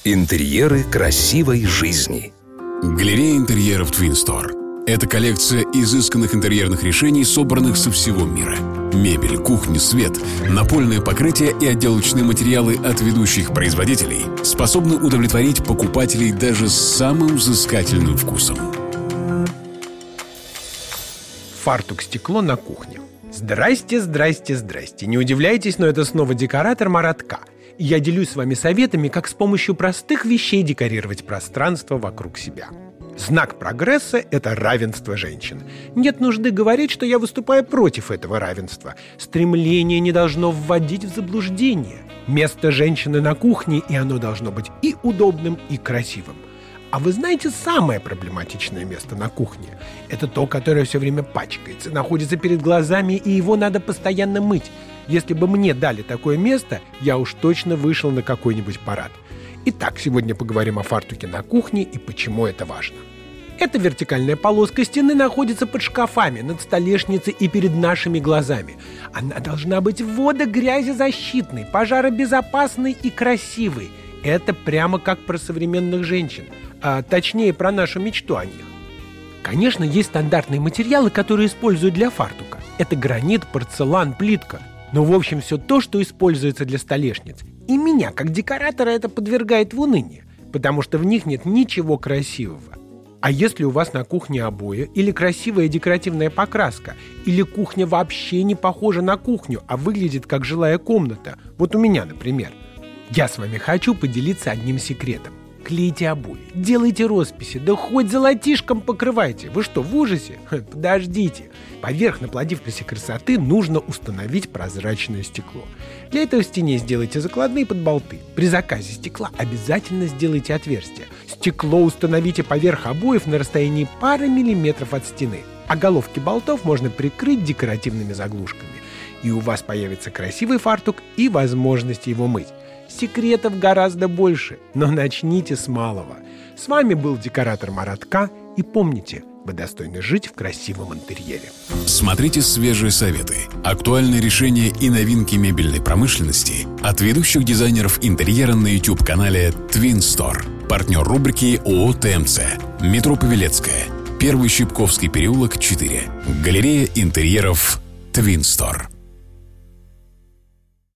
Интерьеры красивой жизни. Галерея интерьеров Twin Store. Это коллекция изысканных интерьерных решений, собранных со всего мира. Мебель, кухня, свет, напольное покрытие и отделочные материалы от ведущих производителей способны удовлетворить покупателей даже с самым взыскательным вкусом. Фартук-стекло на кухне. Здрасте, здрасте, здрасте. Не удивляйтесь, но это снова декоратор Марат К. И я делюсь с вами советами, как с помощью простых вещей декорировать пространство вокруг себя. Знак прогресса – это равенство женщин. Нет нужды говорить, что я выступаю против этого равенства. Стремление не должно вводить в заблуждение. Место женщины на кухне, и оно должно быть и удобным, и красивым. А вы знаете самое проблематичное место на кухне? Это то, которое все время пачкается, находится перед глазами, и его надо постоянно мыть. Если бы мне дали такое место, я уж точно вышел на какой-нибудь парад. Итак, сегодня поговорим о фартуке на кухне и почему это важно. Эта вертикальная полоска стены находится под шкафами, над столешницей и перед нашими глазами. Она должна быть водогрязезащитной, пожаробезопасной и красивой. Это прямо как про современных женщин, а точнее про нашу мечту о них. Конечно, есть стандартные материалы, которые используют для фартука. Это гранит, порцелан, плитка. Но в общем все то, что используется для столешниц. И меня, как декоратора, это подвергает в уныние, потому что в них нет ничего красивого. А если у вас на кухне обои, или красивая декоративная покраска, или кухня вообще не похожа на кухню, а выглядит как жилая комната, вот у меня, например, я с вами хочу поделиться одним секретом. Клейте обои, делайте росписи, да хоть золотишком покрывайте. Вы что, в ужасе? Подождите. Поверх наплодившейся красоты нужно установить прозрачное стекло. Для этого в стене сделайте закладные под болты. При заказе стекла обязательно сделайте отверстие. Стекло установите поверх обоев на расстоянии пары миллиметров от стены. А головки болтов можно прикрыть декоративными заглушками. И у вас появится красивый фартук и возможность его мыть. Секретов гораздо больше, но начните с малого. С вами был декоратор Марат К. И помните, вы достойны жить в красивом интерьере. Смотрите свежие советы, актуальные решения и новинки мебельной промышленности от ведущих дизайнеров интерьера на YouTube-канале Twin Store. Партнер рубрики ООО ТМЦ. Метро Павелецкая. 1 Щипковский переулок, 4. Галерея интерьеров Twin Store.